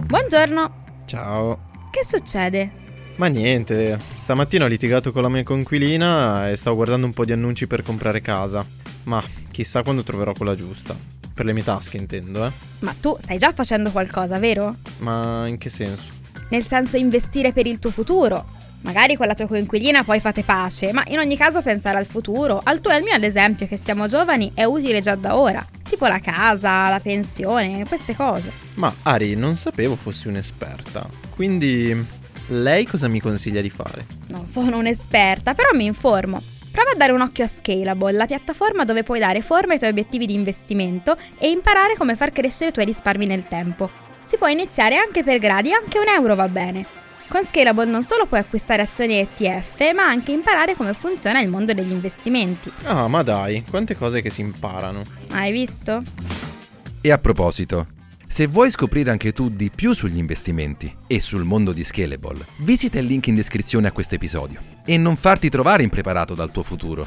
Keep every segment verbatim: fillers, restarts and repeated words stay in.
Buongiorno. Ciao. Che succede? Ma niente, stamattina ho litigato con la mia coinquilina e stavo guardando un po' di annunci per comprare casa. Ma chissà quando troverò quella giusta. Per le mie tasche intendo, eh. Ma tu stai già facendo qualcosa, vero? Ma in che senso? Nel senso investire per il tuo futuro. Magari con la tua coinquilina poi fate pace, ma in ogni caso pensare al futuro, al tuo e al mio ad esempio, che siamo giovani, è utile già da ora. Tipo la casa, la pensione, queste cose. Ma Ari, non sapevo fossi un'esperta. Quindi lei cosa mi consiglia di fare? Non sono un'esperta, però mi informo. Prova a dare un occhio a Scalable, la piattaforma dove puoi dare forma ai tuoi obiettivi di investimento e imparare come far crescere i tuoi risparmi nel tempo. Si può iniziare anche per gradi, anche un euro va bene. Con Scalable non solo puoi acquistare azioni E T F, ma anche imparare come funziona il mondo degli investimenti. Ah, ma dai, quante cose che si imparano. Hai visto? E a proposito, se vuoi scoprire anche tu di più sugli investimenti e sul mondo di Scalable, visita il link in descrizione a questo episodio e non farti trovare impreparato dal tuo futuro.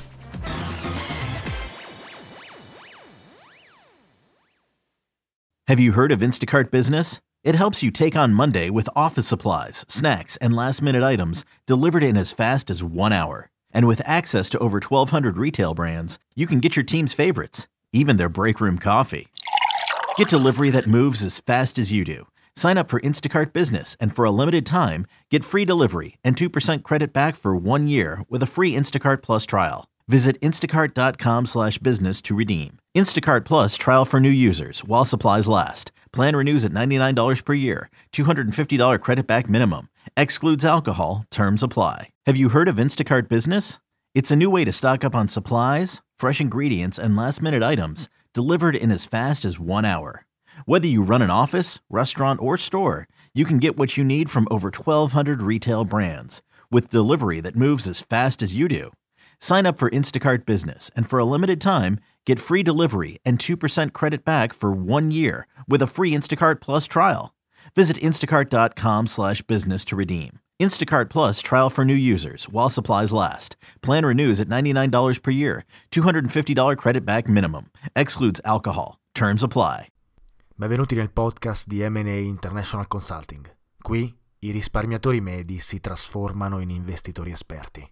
Have you heard of Instacart Business? It helps you take on Monday with office supplies, snacks, and last-minute items delivered in as fast as one hour. And with access to over twelve hundred retail brands, you can get your team's favorites, even their break room coffee. Get delivery that moves as fast as you do. Sign up for Instacart Business, and for a limited time, get free delivery and two percent credit back for one year with a free Instacart Plus trial. Visit instacart.com slash business to redeem. Instacart Plus trial for new users while supplies last. Plan renews at ninety-nine dollars per year. two hundred fifty dollars credit back minimum. Excludes alcohol. Terms apply. Have you heard of Instacart Business? It's a new way to stock up on supplies, fresh ingredients, and last-minute items delivered in as fast as one hour. Whether you run an office, restaurant, or store, you can get what you need from over twelve hundred retail brands with delivery that moves as fast as you do. Sign up for Instacart Business, and for a limited time, get free delivery and two percent credit back for one year with a free Instacart Plus trial. Visit instacart.com slash business to redeem. Instacart Plus trial for new users while supplies last. Plan renews at ninety-nine dollars per year. two hundred fifty dollars credit back minimum. Excludes alcohol. Terms apply. Benvenuti nel podcast di M and A International Consulting. Qui i risparmiatori medi si trasformano in investitori esperti.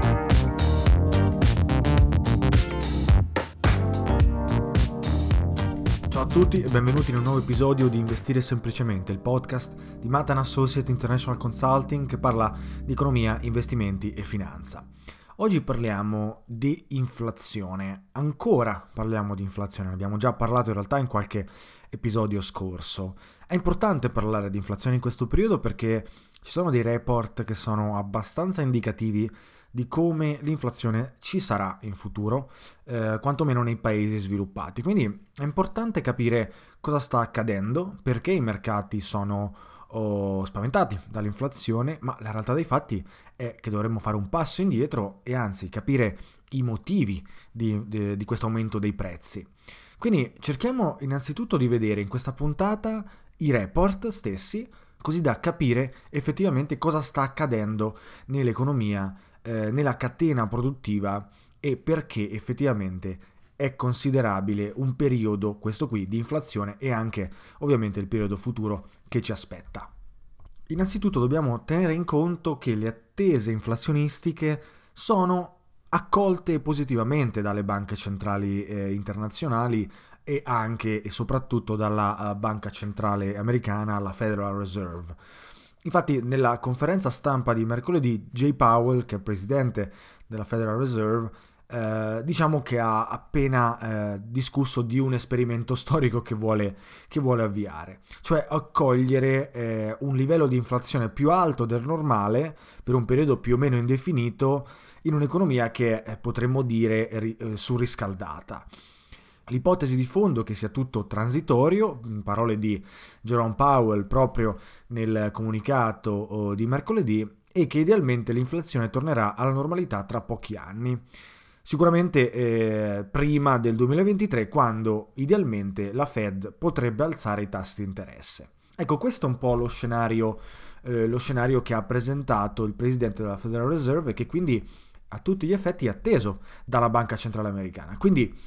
Ciao a tutti e benvenuti in un nuovo episodio di Investire Semplicemente, il podcast di Matan Associate International Consulting che parla di economia, investimenti e finanza. Oggi parliamo di inflazione, ancora parliamo di inflazione, ne abbiamo già parlato in realtà in qualche episodio scorso. È importante parlare di inflazione in questo periodo perché ci sono dei report che sono abbastanza indicativi di come l'inflazione ci sarà in futuro, eh, quantomeno nei paesi sviluppati. Quindi è importante capire cosa sta accadendo, perché i mercati sono oh, spaventati dall'inflazione, ma la realtà dei fatti è che dovremmo fare un passo indietro e anzi capire i motivi di, di, di questo aumento dei prezzi. Quindi cerchiamo innanzitutto di vedere in questa puntata i report stessi, così da capire effettivamente cosa sta accadendo nell'economia, Eh, nella catena produttiva e perché effettivamente è considerabile un periodo, questo qui, di inflazione e anche ovviamente il periodo futuro che ci aspetta. Innanzitutto dobbiamo tenere in conto che le attese inflazionistiche sono accolte positivamente dalle banche centrali eh, internazionali e anche e soprattutto dalla uh, banca centrale americana, la Federal Reserve. Infatti nella conferenza stampa di mercoledì Jay Powell, che è presidente della Federal Reserve, eh, diciamo che ha appena eh, discusso di un esperimento storico che vuole, che vuole avviare, cioè accogliere eh, un livello di inflazione più alto del normale per un periodo più o meno indefinito in un'economia che eh, potremmo dire eh, surriscaldata. L'ipotesi di fondo che sia tutto transitorio, in parole di Jerome Powell proprio nel comunicato di mercoledì, e che idealmente l'inflazione tornerà alla normalità tra pochi anni. Sicuramente eh, prima del duemilaventitré, quando idealmente la Fed potrebbe alzare i tassi di interesse. Ecco, questo è un po' lo scenario, eh, lo scenario che ha presentato il presidente della Federal Reserve e che quindi a tutti gli effetti è atteso dalla Banca Centrale Americana. Quindi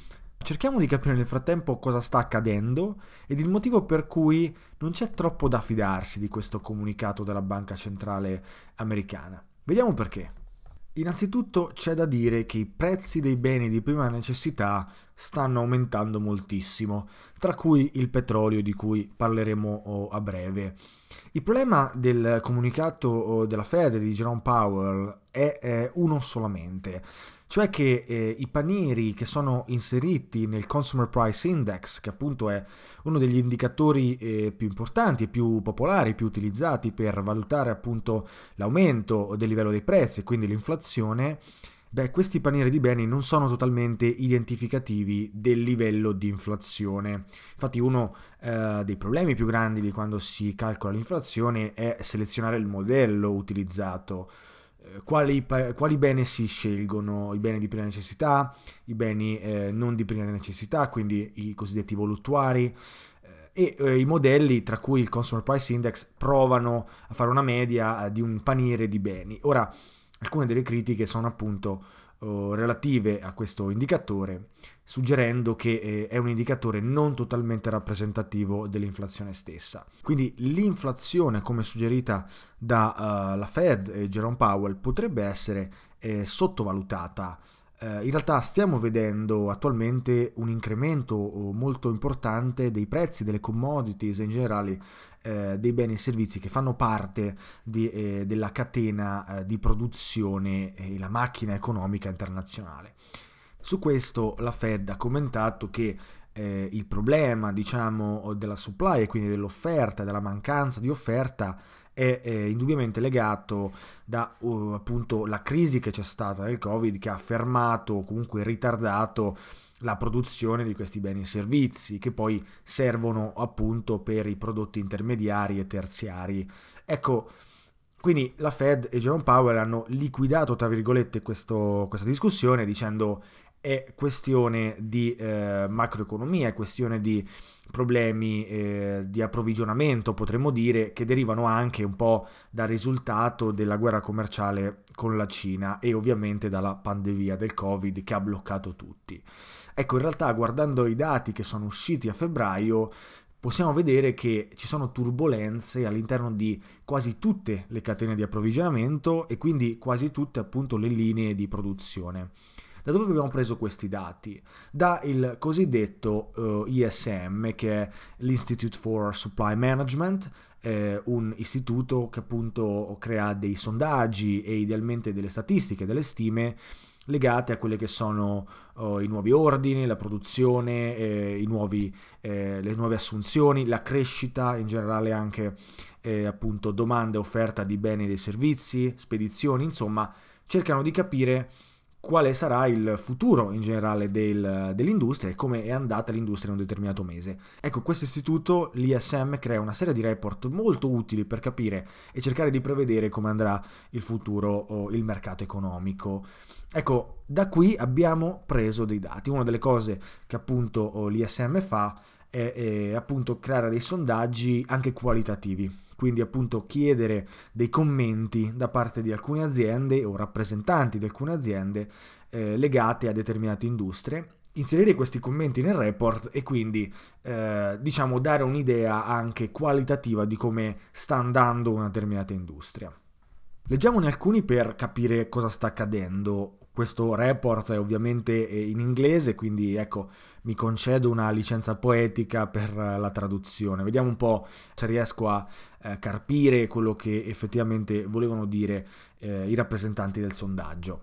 cerchiamo di capire nel frattempo cosa sta accadendo ed il motivo per cui non c'è troppo da fidarsi di questo comunicato della Banca Centrale Americana. Vediamo perché. Innanzitutto c'è da dire che i prezzi dei beni di prima necessità stanno aumentando moltissimo, tra cui il petrolio di cui parleremo a breve. Il problema del comunicato della Fed di Jerome Powell è, è uno solamente, cioè che eh, i panieri che sono inseriti nel Consumer Price Index, che appunto è uno degli indicatori eh, più importanti e più popolari, più utilizzati per valutare appunto l'aumento del livello dei prezzi e quindi l'inflazione, beh, questi panieri di beni non sono totalmente identificativi del livello di inflazione. Infatti uno eh, dei problemi più grandi di quando si calcola l'inflazione è selezionare il modello utilizzato. Quali, quali beni si scelgono? I beni di prima necessità, i beni eh, non di prima necessità, quindi i cosiddetti voluttuari, eh, e eh, i modelli tra cui il Consumer Price Index provano a fare una media di un paniere di beni. Ora, alcune delle critiche sono appunto oh, relative a questo indicatore, suggerendo che eh, è un indicatore non totalmente rappresentativo dell'inflazione stessa. Quindi l'inflazione, come suggerita dalla uh, Fed e Jerome Powell, potrebbe essere eh, sottovalutata. Eh, in realtà stiamo vedendo attualmente un incremento molto importante dei prezzi delle commodities e in generale eh, dei beni e servizi che fanno parte di, eh, della catena eh, di produzione e la macchina economica internazionale. Su questo la Fed ha commentato che eh, il problema, diciamo, della supply e quindi dell'offerta, della mancanza di offerta è eh, indubbiamente legato da uh, appunto la crisi che c'è stata del Covid, che ha fermato o comunque ritardato la produzione di questi beni e servizi che poi servono appunto per i prodotti intermediari e terziari. Ecco, quindi la Fed e Jerome Powell hanno liquidato, tra virgolette, questo, questa discussione dicendo è questione di eh, macroeconomia, è questione di problemi eh, di approvvigionamento, potremmo dire, che derivano anche un po' dal risultato della guerra commerciale con la Cina e ovviamente dalla pandemia del Covid che ha bloccato tutti. Ecco, in realtà guardando i dati che sono usciti a febbraio possiamo vedere che ci sono turbolenze all'interno di quasi tutte le catene di approvvigionamento e quindi quasi tutte appunto le linee di produzione. Da dove abbiamo preso questi dati? Da il cosiddetto uh, I S M, che è l'Institute for Supply Management, eh, un istituto che appunto crea dei sondaggi e idealmente delle statistiche, delle stime legate a quelle che sono uh, i nuovi ordini, la produzione, eh, i nuovi, eh, le nuove assunzioni, la crescita, in generale anche eh, appunto domanda e offerta di beni e dei servizi, spedizioni, insomma cercano di capire quale sarà il futuro in generale del, dell'industria e come è andata l'industria in un determinato mese. Ecco, questo istituto, l'I S M, crea una serie di report molto utili per capire e cercare di prevedere come andrà il futuro o il mercato economico. Ecco, da qui abbiamo preso dei dati. Una delle cose che appunto l'I S M fa è, è appunto creare dei sondaggi anche qualitativi. Quindi appunto chiedere dei commenti da parte di alcune aziende o rappresentanti di alcune aziende eh, legate a determinate industrie, inserire questi commenti nel report e quindi eh, diciamo dare un'idea anche qualitativa di come sta andando una determinata industria. Leggiamone alcuni per capire cosa sta accadendo. Questo report è ovviamente in inglese, quindi ecco, mi concedo una licenza poetica per la traduzione. Vediamo un po' se riesco a eh, carpire quello che effettivamente volevano dire eh, i rappresentanti del sondaggio.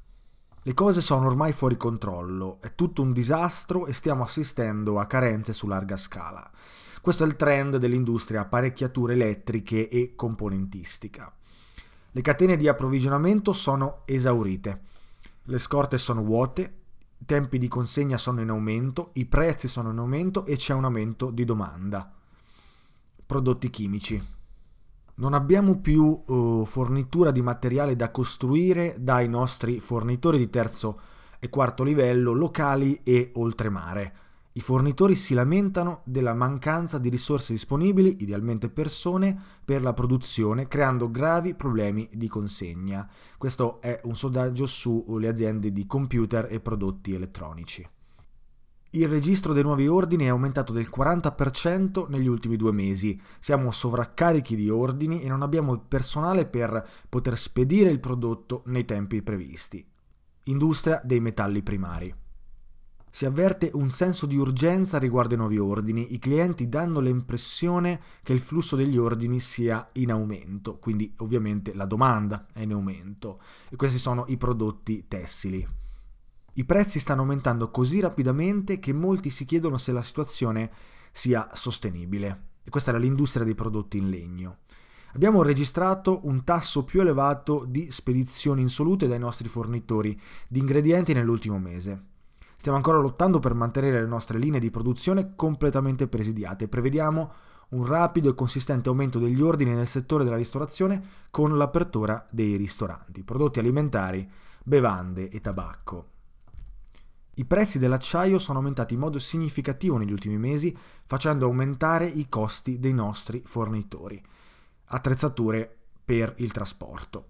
Le cose sono ormai fuori controllo, è tutto un disastro e stiamo assistendo a carenze su larga scala. Questo è il trend dell'industria apparecchiature elettriche e componentistica. Le catene di approvvigionamento sono esaurite. Le scorte sono vuote, i tempi di consegna sono in aumento, i prezzi sono in aumento e c'è un aumento di domanda. Prodotti chimici. Non abbiamo più uh, fornitura di materiale da costruire dai nostri fornitori di terzo e quarto livello locali e oltremare. I fornitori si lamentano della mancanza di risorse disponibili, idealmente persone, per la produzione, creando gravi problemi di consegna. Questo è un sondaggio sulle aziende di computer e prodotti elettronici. Il registro dei nuovi ordini è aumentato del quaranta per cento negli ultimi due mesi. Siamo sovraccarichi di ordini e non abbiamo il personale per poter spedire il prodotto nei tempi previsti. Industria dei metalli primari. Si avverte un senso di urgenza riguardo ai nuovi ordini. I clienti danno l'impressione che il flusso degli ordini sia in aumento, quindi ovviamente la domanda è in aumento. E questi sono i prodotti tessili. I prezzi stanno aumentando così rapidamente che molti si chiedono se la situazione sia sostenibile. E questa era l'industria dei prodotti in legno. Abbiamo registrato un tasso più elevato di spedizioni insolute dai nostri fornitori di ingredienti nell'ultimo mese. Stiamo ancora lottando per mantenere le nostre linee di produzione completamente presidiate. Prevediamo un rapido e consistente aumento degli ordini nel settore della ristorazione con l'apertura dei ristoranti, prodotti alimentari, bevande e tabacco. I prezzi dell'acciaio sono aumentati in modo significativo negli ultimi mesi, facendo aumentare i costi dei nostri fornitori. Attrezzature per il trasporto.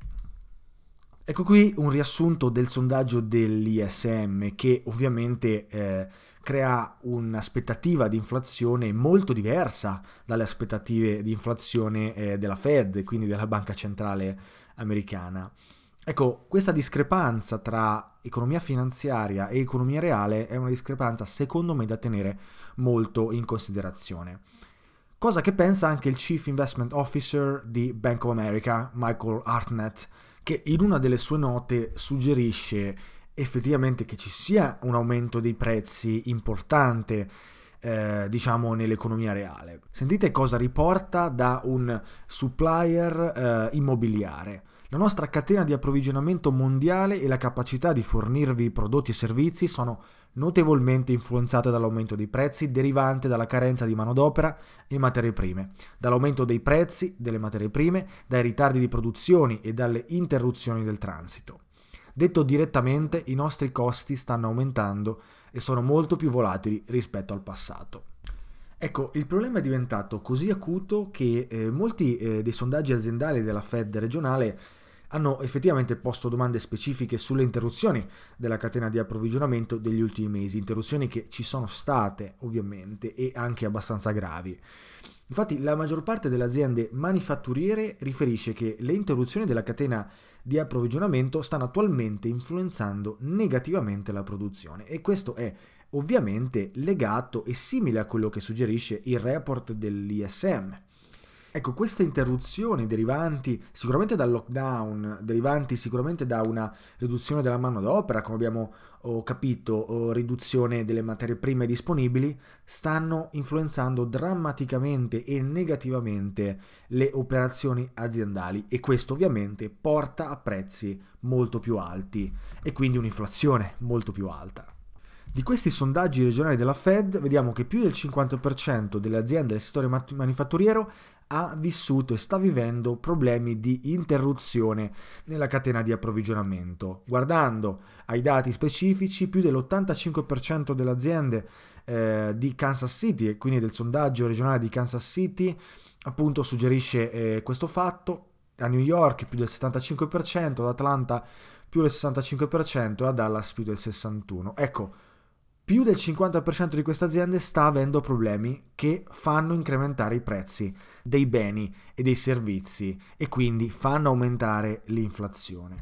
Ecco qui un riassunto del sondaggio dell'I S M che ovviamente eh, crea un'aspettativa di inflazione molto diversa dalle aspettative di inflazione eh, della Fed, quindi della Banca Centrale Americana. Ecco, questa discrepanza tra economia finanziaria e economia reale è una discrepanza secondo me da tenere molto in considerazione. Cosa che pensa anche il Chief Investment Officer di Bank of America, Michael Hartnett, che in una delle sue note suggerisce effettivamente che ci sia un aumento dei prezzi importante, eh, diciamo, nell'economia reale. Sentite cosa riporta da un supplier eh, immobiliare. La nostra catena di approvvigionamento mondiale e la capacità di fornirvi prodotti e servizi sono notevolmente influenzate dall'aumento dei prezzi derivante dalla carenza di manodopera e materie prime, dall'aumento dei prezzi delle materie prime, dai ritardi di produzioni e dalle interruzioni del transito. Detto direttamente, i nostri costi stanno aumentando e sono molto più volatili rispetto al passato. Ecco, il problema è diventato così acuto che eh, molti eh, dei sondaggi aziendali della Fed regionale hanno effettivamente posto domande specifiche sulle interruzioni della catena di approvvigionamento degli ultimi mesi, interruzioni che ci sono state ovviamente e anche abbastanza gravi. Infatti la maggior parte delle aziende manifatturiere riferisce che le interruzioni della catena di approvvigionamento stanno attualmente influenzando negativamente la produzione e questo è ovviamente legato e simile a quello che suggerisce il report dell'I S M. Ecco, queste interruzioni derivanti sicuramente dal lockdown, derivanti sicuramente da una riduzione della manodopera, come abbiamo oh, capito, o riduzione delle materie prime disponibili, stanno influenzando drammaticamente e negativamente le operazioni aziendali e questo ovviamente porta a prezzi molto più alti e quindi un'inflazione molto più alta. Di questi sondaggi regionali della Fed vediamo che più del cinquanta per cento delle aziende del settore manifatturiero ha vissuto e sta vivendo problemi di interruzione nella catena di approvvigionamento. Guardando ai dati specifici, più dell'ottantacinque per cento delle aziende eh, di Kansas City, e quindi del sondaggio regionale di Kansas City, appunto suggerisce eh, questo fatto. A New York più del settantacinque per cento, ad Atlanta più del sessantacinque per cento e a Dallas più del sessantuno per cento. Ecco, più del cinquanta per cento di queste aziende sta avendo problemi che fanno incrementare i prezzi dei beni e dei servizi e quindi fanno aumentare l'inflazione.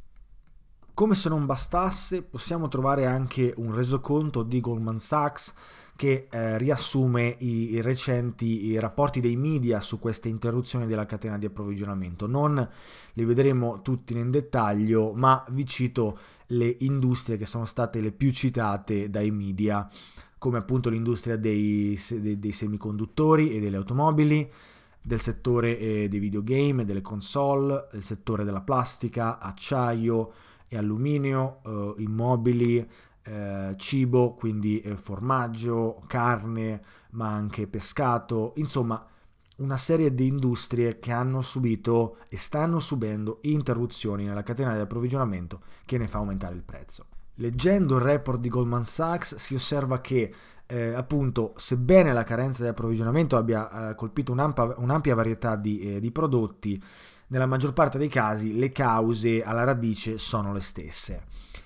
Come se non bastasse, possiamo trovare anche un resoconto di Goldman Sachs che eh, riassume i, i recenti i rapporti dei media su queste interruzioni della catena di approvvigionamento. Non li vedremo tutti in dettaglio, ma vi cito le industrie che sono state le più citate dai media, come appunto l'industria dei, dei, dei semiconduttori e delle automobili, del settore eh, dei videogame e delle console, del settore della plastica, acciaio e alluminio, eh, immobili, eh, cibo, quindi eh, formaggio, carne, ma anche pescato, insomma una serie di industrie che hanno subito e stanno subendo interruzioni nella catena di approvvigionamento che ne fa aumentare il prezzo. Leggendo il report di Goldman Sachs si osserva che eh, appunto sebbene la carenza di approvvigionamento abbia eh, colpito un'ampia, un'ampia varietà di, eh, di prodotti, nella maggior parte dei casi le cause alla radice sono le stesse.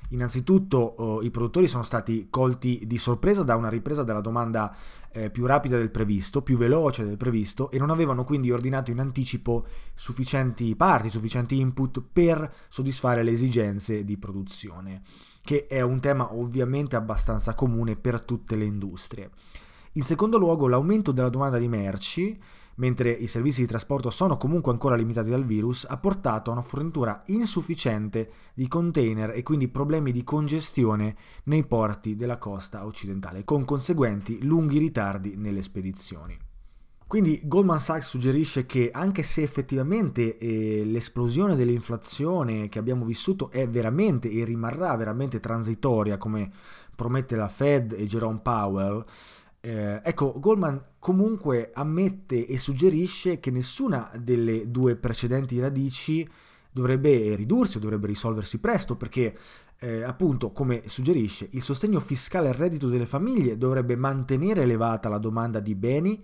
Innanzitutto oh, i produttori sono stati colti di sorpresa da una ripresa della domanda eh, più rapida del previsto, più veloce del previsto, e non avevano quindi ordinato in anticipo sufficienti parti, sufficienti input per soddisfare le esigenze di produzione, che è un tema ovviamente abbastanza comune per tutte le industrie. In secondo luogo, l'aumento della domanda di merci, mentre i servizi di trasporto sono comunque ancora limitati dal virus, ha portato a una fornitura insufficiente di container e quindi problemi di congestione nei porti della costa occidentale, con conseguenti lunghi ritardi nelle spedizioni. Quindi Goldman Sachs suggerisce che anche se effettivamente eh, l'esplosione dell'inflazione che abbiamo vissuto è veramente e rimarrà veramente transitoria, come promette la Fed e Jerome Powell, Eh, ecco, Goldman comunque ammette e suggerisce che nessuna delle due precedenti radici dovrebbe ridursi o dovrebbe risolversi presto, perché eh, appunto, come suggerisce, il sostegno fiscale al reddito delle famiglie dovrebbe mantenere elevata la domanda di beni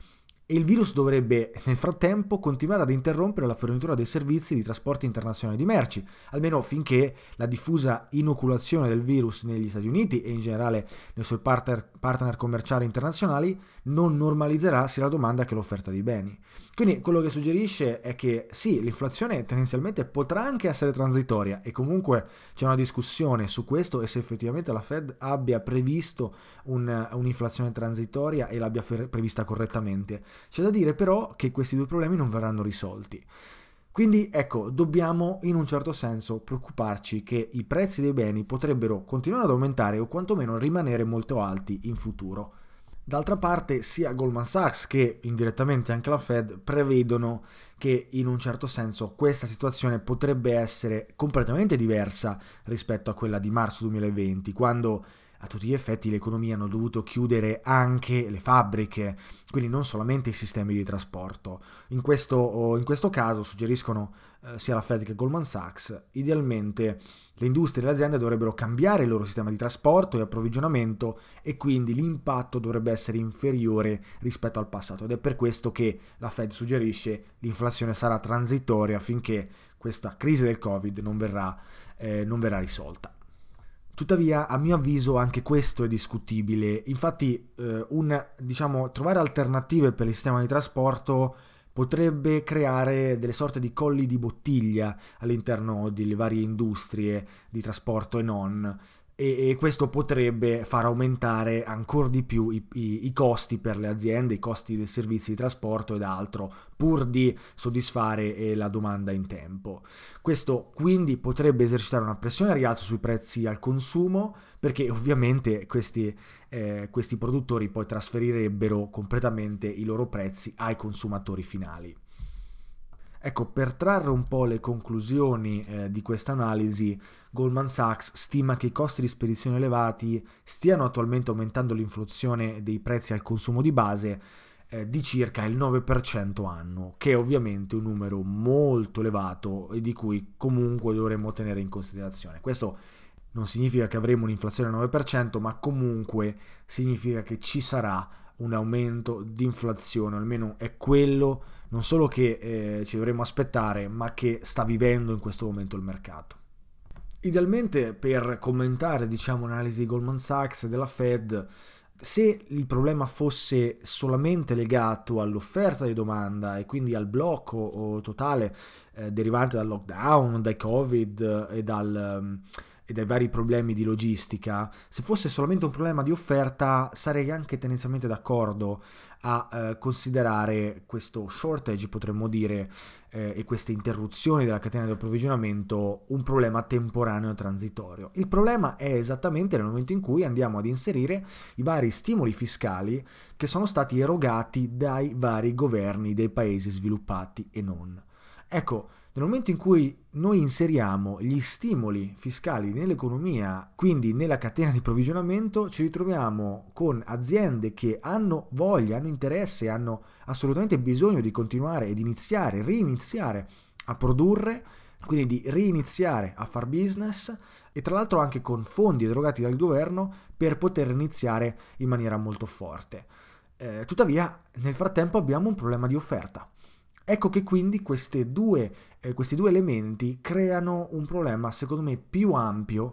e il virus dovrebbe nel frattempo continuare ad interrompere la fornitura dei servizi di trasporto internazionale di merci, almeno finché la diffusa inoculazione del virus negli Stati Uniti e in generale nei suoi partner, partner commerciali internazionali non normalizzerà sia la domanda che l'offerta di beni. Quindi quello che suggerisce è che sì, l'inflazione tendenzialmente potrà anche essere transitoria e comunque c'è una discussione su questo e se effettivamente la Fed abbia previsto un, un'inflazione transitoria e l'abbia prevista correttamente. C'è da dire però che questi due problemi non verranno risolti. Quindi ecco, dobbiamo in un certo senso preoccuparci che i prezzi dei beni potrebbero continuare ad aumentare o quantomeno rimanere molto alti in futuro. D'altra parte sia Goldman Sachs che indirettamente anche la Fed prevedono che in un certo senso questa situazione potrebbe essere completamente diversa rispetto a quella di marzo duemilaventi, quando a tutti gli effetti le economie hanno dovuto chiudere anche le fabbriche, quindi non solamente i sistemi di trasporto. In questo, in questo caso suggeriscono eh, sia la Fed che Goldman Sachs, idealmente le industrie e le aziende dovrebbero cambiare il loro sistema di trasporto e approvvigionamento e quindi l'impatto dovrebbe essere inferiore rispetto al passato, ed è per questo che la Fed suggerisce l'inflazione sarà transitoria finché questa crisi del Covid non verrà, eh, non verrà risolta. Tuttavia, a mio avviso, anche questo è discutibile. Infatti, eh, un, diciamo, trovare alternative per il sistema di trasporto potrebbe creare delle sorte di colli di bottiglia all'interno delle varie industrie di trasporto e non, e, e questo potrebbe far aumentare ancora di più i, i, i costi per le aziende, i costi dei servizi di trasporto ed altro, pur di soddisfare eh, la domanda in tempo. Questo quindi potrebbe esercitare una pressione a rialzo sui prezzi al consumo, perché ovviamente questi, eh, questi produttori poi trasferirebbero completamente i loro prezzi ai consumatori finali. Ecco, per trarre un po' le conclusioni eh, di questa analisi, Goldman Sachs stima che i costi di spedizione elevati stiano attualmente aumentando l'inflazione dei prezzi al consumo di base eh, di circa il nove per cento annuo, che è ovviamente un numero molto elevato e di cui comunque dovremmo tenere in considerazione. Questo non significa che avremo un'inflazione al nove per cento, ma comunque significa che ci sarà un aumento di inflazione, almeno è quello non solo che eh, ci dovremmo aspettare, ma che sta vivendo in questo momento il mercato. Idealmente, per commentare, diciamo, l'analisi di Goldman Sachs e della Fed, se il problema fosse solamente legato all'offerta di domanda e quindi al blocco totale eh, derivante dal lockdown, dai Covid e dal... Um, e dai vari problemi di logistica, se fosse solamente un problema di offerta sarei anche tendenzialmente d'accordo a eh, considerare questo shortage, potremmo dire, eh, e queste interruzioni della catena di approvvigionamento un problema temporaneo e transitorio. Il problema è esattamente nel momento in cui andiamo ad inserire i vari stimoli fiscali che sono stati erogati dai vari governi dei paesi sviluppati e non. Ecco, nel momento in cui noi inseriamo gli stimoli fiscali nell'economia, quindi nella catena di approvvigionamento, ci ritroviamo con aziende che hanno voglia, hanno interesse, hanno assolutamente bisogno di continuare ed iniziare, riniziare a produrre, quindi di riniziare a far business, e tra l'altro anche con fondi erogati dal governo per poter iniziare in maniera molto forte. Eh, tuttavia, nel frattempo abbiamo un problema di offerta. Ecco che quindi queste due, eh, questi due elementi creano un problema, secondo me, più ampio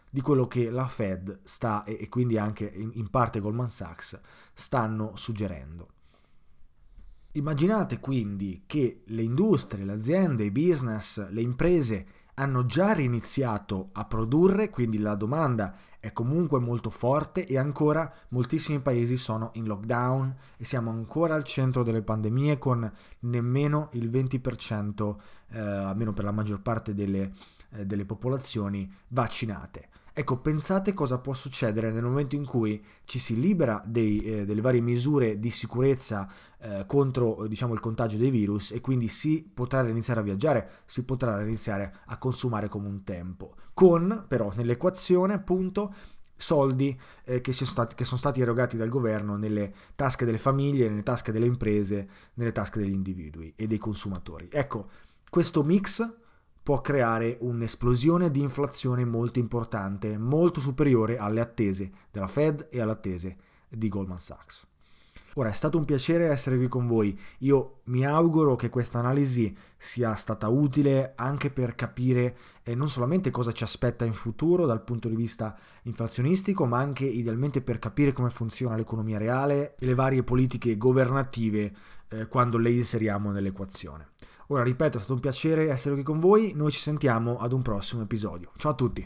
di quello che la Fed sta, e quindi anche in, in parte Goldman Sachs, stanno suggerendo. Immaginate quindi che le industrie, le aziende, i business, le imprese hanno già riniziato a produrre, quindi la domanda è comunque molto forte e ancora moltissimi paesi sono in lockdown e siamo ancora al centro delle pandemie con nemmeno il venti per cento, eh, almeno per la maggior parte delle, eh, delle popolazioni, vaccinate. Ecco, pensate cosa può succedere nel momento in cui ci si libera dei, eh, delle varie misure di sicurezza eh, contro diciamo, il contagio dei virus, e quindi si potrà iniziare a viaggiare, si potrà iniziare a consumare come un tempo, con però nell'equazione appunto soldi eh, che, sono stati, che sono stati erogati dal governo nelle tasche delle famiglie, nelle tasche delle imprese, nelle tasche degli individui e dei consumatori. Ecco, questo mix può creare un'esplosione di inflazione molto importante, molto superiore alle attese della Fed e alle attese di Goldman Sachs. Ora, è stato un piacere essere qui con voi. Io mi auguro che questa analisi sia stata utile anche per capire eh, non solamente cosa ci aspetta in futuro dal punto di vista inflazionistico, ma anche idealmente per capire come funziona l'economia reale e le varie politiche governative eh, quando le inseriamo nell'equazione. Ora, ripeto, è stato un piacere essere qui con voi, noi ci sentiamo ad un prossimo episodio. Ciao a tutti!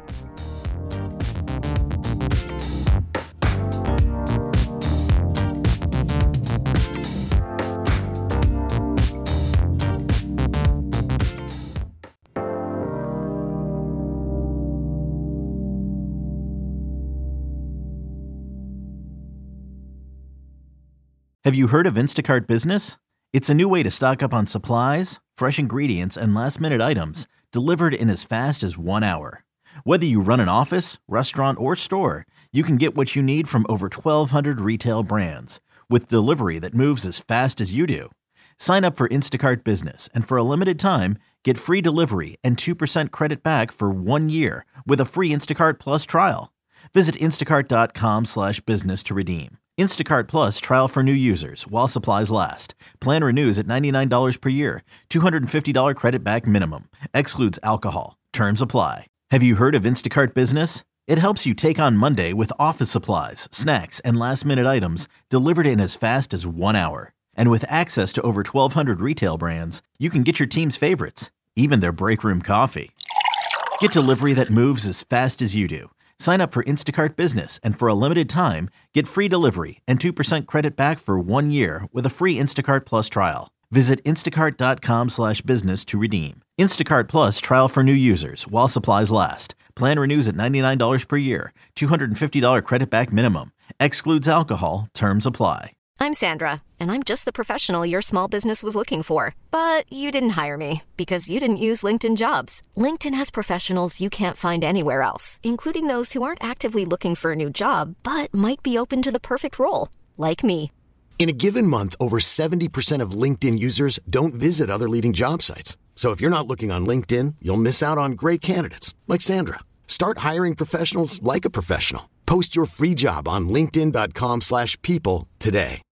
Have you heard of Instacart Business? It's a new way to stock up on supplies, fresh ingredients, and last-minute items delivered in as fast as one hour. Whether you run an office, restaurant, or store, you can get what you need from over twelve hundred retail brands with delivery that moves as fast as you do. Sign up for Instacart Business, and for a limited time, get free delivery and two percent credit back for one year with a free Instacart Plus trial. Visit instacart.com slash business to redeem. Instacart Plus trial for new users while supplies last. Plan renews at ninety-nine dollars per year. two hundred fifty dollars credit back minimum. Excludes alcohol. Terms apply. Have you heard of Instacart Business? It helps you take on Monday with office supplies, snacks, and last-minute items delivered in as fast as one hour. And with access to over twelve hundred retail brands, you can get your team's favorites, even their break room coffee. Get delivery that moves as fast as you do. Sign up for Instacart Business, and for a limited time, get free delivery and two percent credit back for one year with a free Instacart Plus trial. Visit instacart.com slash business to redeem. Instacart Plus trial for new users while supplies last. Plan renews at ninety-nine dollars per year. two hundred fifty dollars credit back minimum. Excludes alcohol. Terms apply. I'm Sandra, and I'm just the professional your small business was looking for. But you didn't hire me because you didn't use LinkedIn Jobs. LinkedIn has professionals you can't find anywhere else, including those who aren't actively looking for a new job, but might be open to the perfect role, like me. In a given month, over seventy percent of LinkedIn users don't visit other leading job sites. So if you're not looking on LinkedIn, you'll miss out on great candidates like Sandra. Start hiring professionals like a professional. Post your free job on linkedin.com slash people today.